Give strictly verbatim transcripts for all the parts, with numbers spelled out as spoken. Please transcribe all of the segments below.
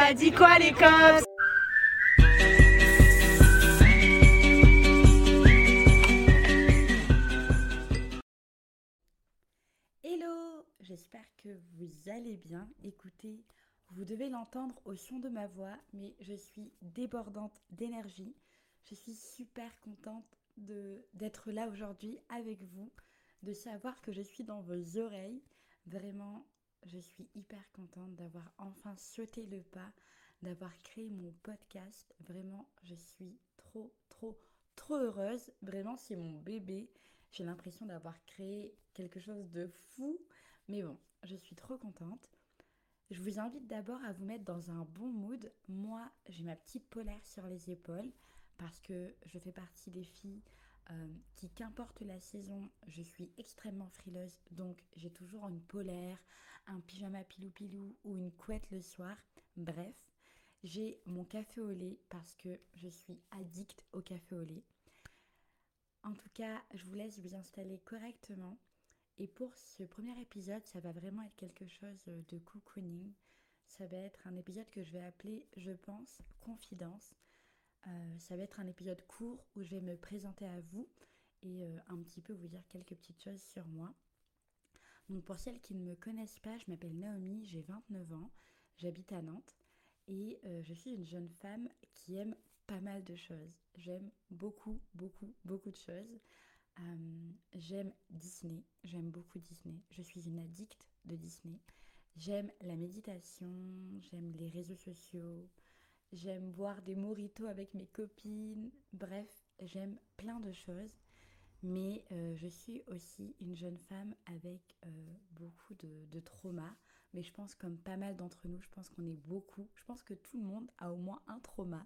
a dit quoi les cops? Hello, j'espère que vous allez bien. Écoutez, vous devez l'entendre au son de ma voix, mais je suis débordante d'énergie. Je suis super contente de, d'être là aujourd'hui avec vous, de savoir que je suis dans vos oreilles. Vraiment, je suis hyper contente d'avoir enfin sauté le pas, d'avoir créé mon podcast. Vraiment, je suis trop, trop, trop heureuse. Vraiment, c'est mon bébé. J'ai l'impression d'avoir créé quelque chose de fou. Mais bon, je suis trop contente. Je vous invite d'abord à vous mettre dans un bon mood. Moi, j'ai ma petite polaire sur les épaules parce que je fais partie des filles euh, qui, qu'importe la saison, je suis extrêmement frileuse. Donc, j'ai toujours une polaire, un pyjama pilou-pilou ou une couette le soir. Bref, j'ai mon café au lait parce que je suis addict au café au lait. En tout cas, je vous laisse vous installer correctement. Et pour ce premier épisode, ça va vraiment être quelque chose de cocooning. Ça va être un épisode que je vais appeler, je pense, confidence. Euh, ça va être un épisode court où je vais me présenter à vous et euh, un petit peu vous dire quelques petites choses sur moi. Donc pour celles qui ne me connaissent pas, je m'appelle Naomi, j'ai vingt-neuf ans, j'habite à Nantes et euh, je suis une jeune femme qui aime pas mal de choses. J'aime beaucoup, beaucoup, beaucoup de choses. Euh, j'aime Disney, j'aime beaucoup Disney. Je suis une addict de Disney. J'aime la méditation, j'aime les réseaux sociaux, j'aime boire des mojitos avec mes copines. Bref, j'aime plein de choses. Mais euh, je suis aussi une jeune femme avec euh, beaucoup de, de traumas. Mais je pense comme pas mal d'entre nous, je pense qu'on est beaucoup. Je pense que tout le monde a au moins un trauma.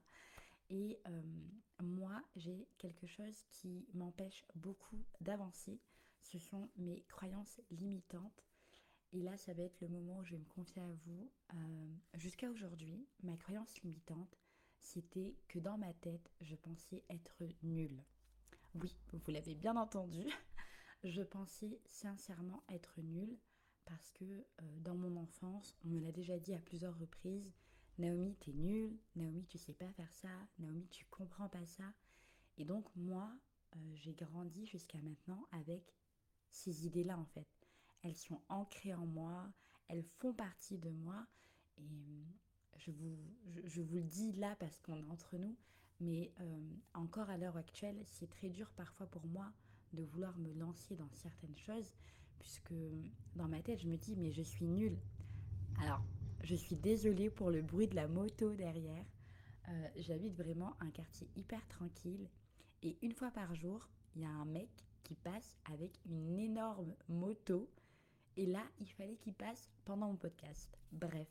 Et euh, moi, j'ai quelque chose qui m'empêche beaucoup d'avancer. Ce sont mes croyances limitantes. Et là, ça va être le moment où je vais me confier à vous. Euh, jusqu'à aujourd'hui, ma croyance limitante, c'était que dans ma tête, je pensais être nulle. Oui, vous l'avez bien entendu. Je pensais sincèrement être nulle parce que euh, dans mon enfance, on me l'a déjà dit à plusieurs reprises. Naomi, t'es nulle. Naomi, tu sais pas faire ça. Naomi, tu comprends pas ça. Et donc moi, euh, j'ai grandi jusqu'à maintenant avec ces idées-là en fait. Elles sont ancrées en moi, elles font partie de moi. Et euh, je vous, je, je vous le dis là parce qu'on est entre nous, mais euh, encore à l'heure actuelle, c'est très dur parfois pour moi de vouloir me lancer dans certaines choses, puisque dans ma tête, je me dis, mais je suis nulle. Alors, je suis désolée pour le bruit de la moto derrière. Euh, j'habite vraiment un quartier hyper tranquille. Et une fois par jour, il y a un mec qui passe avec une énorme moto. Et là, il fallait qu'il passe pendant mon podcast. Bref.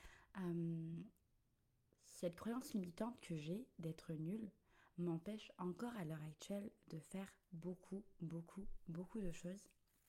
Euh, cette croyance limitante que j'ai d'être nulle m'empêche encore à l'heure actuelle de faire beaucoup, beaucoup, beaucoup de choses.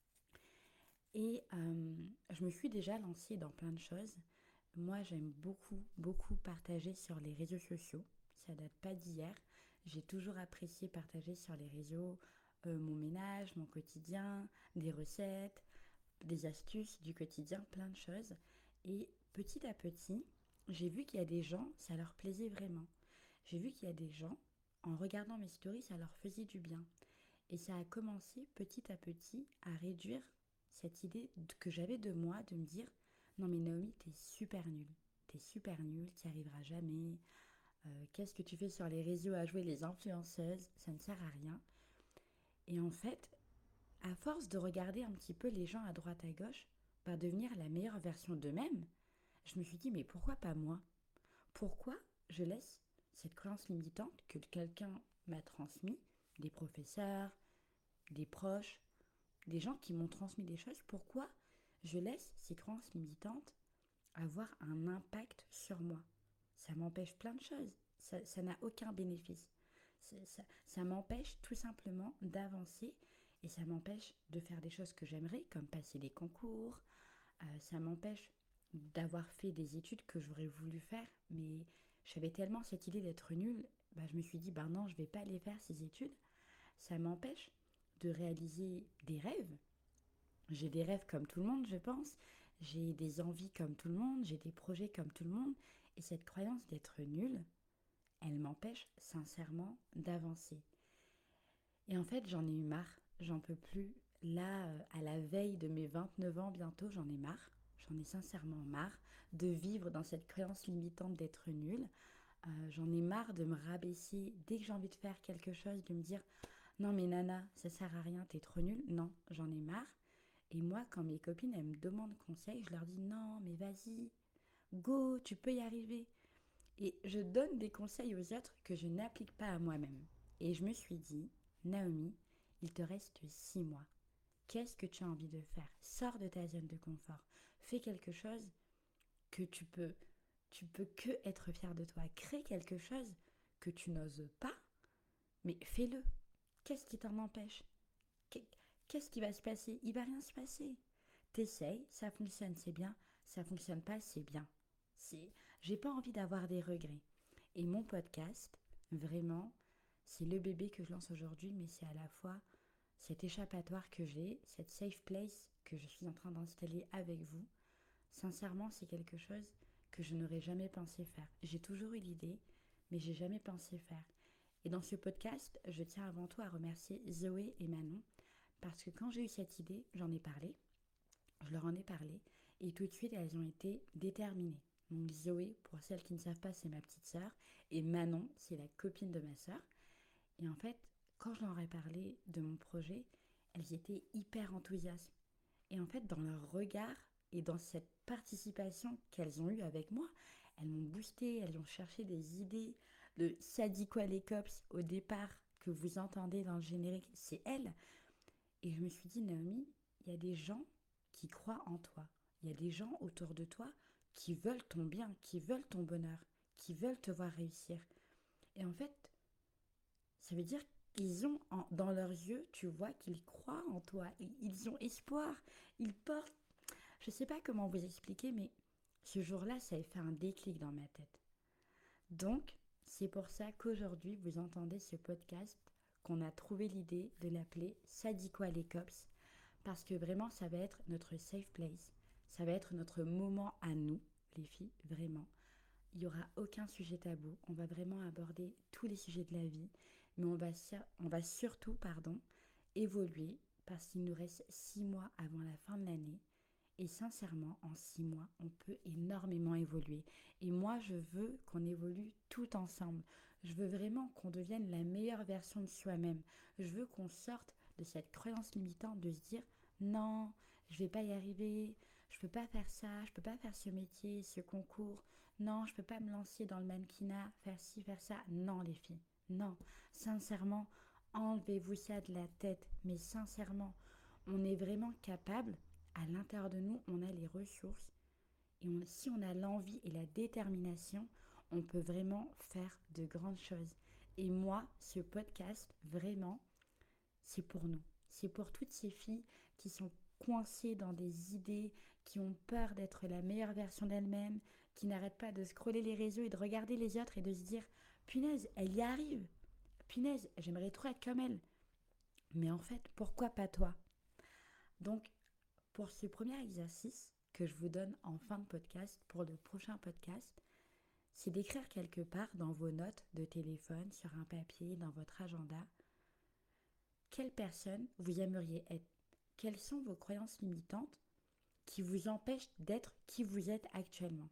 Et euh, je me suis déjà lancée dans plein de choses. Moi, j'aime beaucoup, beaucoup partager sur les réseaux sociaux. Ça date pas d'hier. J'ai toujours apprécié partager sur les réseaux euh, mon ménage, mon quotidien, des recettes, des astuces du quotidien, plein de choses. Et petit à petit, j'ai vu qu'il y a des gens, ça leur plaisait vraiment. J'ai vu qu'il y a des gens, en regardant mes stories, ça leur faisait du bien. Et ça a commencé petit à petit à réduire cette idée que j'avais de moi, de me dire non mais Naomi, t'es super nulle. T'es super nulle, t'y arriveras jamais. Euh, qu'est-ce que tu fais sur les réseaux à jouer les influenceuses? Ça ne sert à rien. Et en fait, à force de regarder un petit peu les gens à droite à gauche, bah, devenir la meilleure version d'eux-mêmes, je me suis dit mais pourquoi pas moi? Pourquoi je laisse cette croyance limitante que quelqu'un m'a transmise, des professeurs, des proches, des gens qui m'ont transmis des choses, pourquoi je laisse ces croyances limitantes avoir un impact sur moi? Ça m'empêche plein de choses. Ça, ça n'a aucun bénéfice. Ça, ça, ça m'empêche tout simplement d'avancer et ça m'empêche de faire des choses que j'aimerais, comme passer des concours. Euh, ça m'empêche d'avoir fait des études que j'aurais voulu faire, mais j'avais tellement cette idée d'être nulle, bah, je me suis dit, bah non, je vais pas aller faire ces études. Ça m'empêche de réaliser des rêves. J'ai des rêves comme tout le monde, je pense. J'ai des envies comme tout le monde. J'ai des projets comme tout le monde. Et cette croyance d'être nulle, elle m'empêche sincèrement d'avancer. Et en fait, j'en ai eu marre, j'en peux plus. Là, euh, à la veille de mes vingt-neuf ans bientôt, j'en ai marre. J'en ai sincèrement marre de vivre dans cette croyance limitante d'être nulle. Euh, j'en ai marre de me rabaisser dès que j'ai envie de faire quelque chose, de me dire non mais Nana, ça sert à rien, t'es trop nulle. Non, j'en ai marre. Et moi, quand mes copines elles me demandent conseil, je leur dis non mais vas-y, go, tu peux y arriver. Et je donne des conseils aux autres que je n'applique pas à moi-même. Et je me suis dit, Naomi, il te reste six mois. Qu'est-ce que tu as envie de faire? Sors de ta zone de confort. Fais quelque chose que tu peux, tu peux que être fier de toi. Crée quelque chose que tu n'oses pas, mais fais-le. Qu'est-ce qui t'en empêche? Qu'est-ce qui va se passer? Il va rien se passer. T'essayes, ça fonctionne, c'est bien. Ça fonctionne pas, c'est bien. C'est, j'ai pas envie d'avoir des regrets. Et mon podcast, vraiment, c'est le bébé que je lance aujourd'hui, mais c'est à la fois cet échappatoire que j'ai, cette safe place que je suis en train d'installer avec vous. Sincèrement, c'est quelque chose que je n'aurais jamais pensé faire. J'ai toujours eu l'idée, mais j'ai jamais pensé faire. Et dans ce podcast, je tiens avant tout à remercier Zoé et Manon, parce que quand j'ai eu cette idée, j'en ai parlé, je leur en ai parlé, et tout de suite, elles ont été déterminées. Donc Zoé, pour celles qui ne savent pas, c'est ma petite sœur, et Manon, c'est la copine de ma sœur. Et en fait, quand je leur ai parlé de mon projet, elles étaient hyper enthousiastes. Et en fait, dans leur regard et dans cette participation qu'elles ont eue avec moi, elles m'ont boosté, elles ont cherché des idées. Le ça dit quoi les cops au départ que vous entendez dans le générique, c'est elles. Et je me suis dit, Naomi, il y a des gens qui croient en toi. Il y a des gens autour de toi qui veulent ton bien, qui veulent ton bonheur, qui veulent te voir réussir. Et en fait, ça veut dire qu'ils ont en- dans leurs yeux, tu vois, qu'ils croient en toi. Ils ont espoir. Ils portent. Je ne sais pas comment vous expliquer, mais ce jour-là, ça a fait un déclic dans ma tête. Donc, c'est pour ça qu'aujourd'hui, vous entendez ce podcast, qu'on a trouvé l'idée de l'appeler Ça dit quoi les cops? Parce que vraiment, ça va être notre safe place. Ça va être notre moment à nous, les filles, vraiment. Il n'y aura aucun sujet tabou. On va vraiment aborder tous les sujets de la vie. Mais on va, on va surtout pardon, évoluer parce qu'il nous reste six mois avant la fin de l'année. Et sincèrement, en six mois, on peut énormément évoluer. Et moi, je veux qu'on évolue tout ensemble. Je veux vraiment qu'on devienne la meilleure version de soi-même. Je veux qu'on sorte de cette croyance limitante de se dire non, je vais pas y arriver, je peux pas faire ça, je peux pas faire ce métier, ce concours. Non, je peux pas me lancer dans le mannequinat, faire ci, faire ça. Non, les filles, non. Sincèrement, enlevez-vous ça de la tête. Mais sincèrement, on est vraiment capable. À l'intérieur de nous, on a les ressources et on- si on a l'envie et la détermination, on peut vraiment faire de grandes choses. Et moi, ce podcast, vraiment, c'est pour nous. C'est pour toutes ces filles qui sont coincées dans des idées, qui ont peur d'être la meilleure version d'elles-mêmes, qui n'arrêtent pas de scroller les réseaux et de regarder les autres et de se dire punaise, elle y arrive. Punaise, j'aimerais trop être comme elle. Mais en fait, pourquoi pas toi? Donc, pour ce premier exercice que je vous donne en fin de podcast, pour le prochain podcast, c'est d'écrire quelque part dans vos notes de téléphone, sur un papier, dans votre agenda, quelle personne vous aimeriez être. Quelles sont vos croyances limitantes qui vous empêchent d'être qui vous êtes actuellement.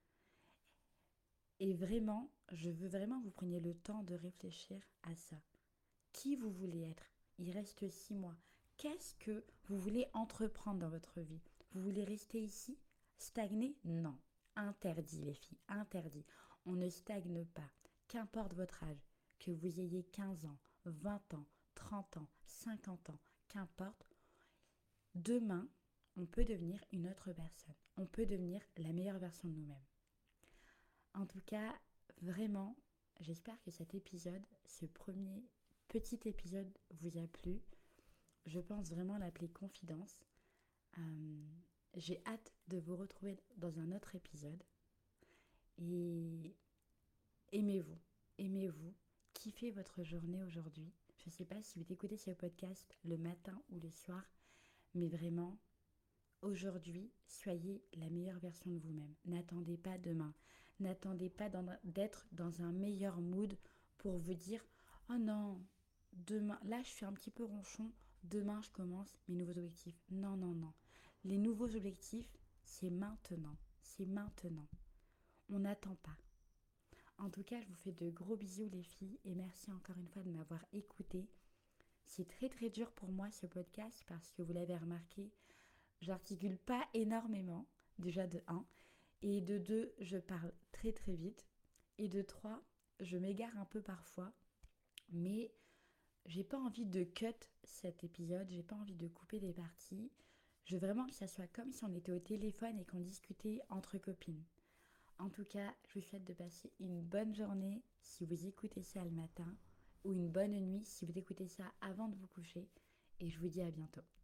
Et vraiment, je veux vraiment que vous preniez le temps de réfléchir à ça. Qui vous voulez être? Il reste six mois. Qu'est-ce que vous voulez entreprendre dans votre vie? Vous voulez rester ici? Stagner? Non. Interdit, les filles, interdit. On ne stagne pas. Qu'importe votre âge, que vous ayez quinze ans, vingt ans, trente ans, cinquante ans, qu'importe, demain, on peut devenir une autre personne. On peut devenir la meilleure version de nous-mêmes. En tout cas, vraiment, j'espère que cet épisode, ce premier petit épisode vous a plu. Je pense vraiment l'appeler confidence. Euh, j'ai hâte de vous retrouver dans un autre épisode. Et aimez-vous, aimez-vous, kiffez votre journée aujourd'hui. Je ne sais pas si vous écoutez ce podcast le matin ou le soir, mais vraiment, aujourd'hui, soyez la meilleure version de vous-même. N'attendez pas demain. n'attendez pas d'en- d'être dans un meilleur mood pour vous dire, oh non, demain, là je suis un petit peu ronchon, demain je commence mes nouveaux objectifs. Non, non, non. Les nouveaux objectifs, c'est maintenant. C'est maintenant. On n'attend pas. En tout cas, je vous fais de gros bisous les filles et merci encore une fois de m'avoir écouté. C'est très très dur pour moi ce podcast parce que vous l'avez remarqué, j'articule pas énormément, déjà de un, et de deux, je parle très très vite, et de trois, je m'égare un peu parfois, mais j'ai pas envie de cut cet épisode, j'ai pas envie de couper des parties. Je veux vraiment que ça soit comme si on était au téléphone et qu'on discutait entre copines. En tout cas, je vous souhaite de passer une bonne journée si vous écoutez ça le matin ou une bonne nuit si vous écoutez ça avant de vous coucher et je vous dis à bientôt.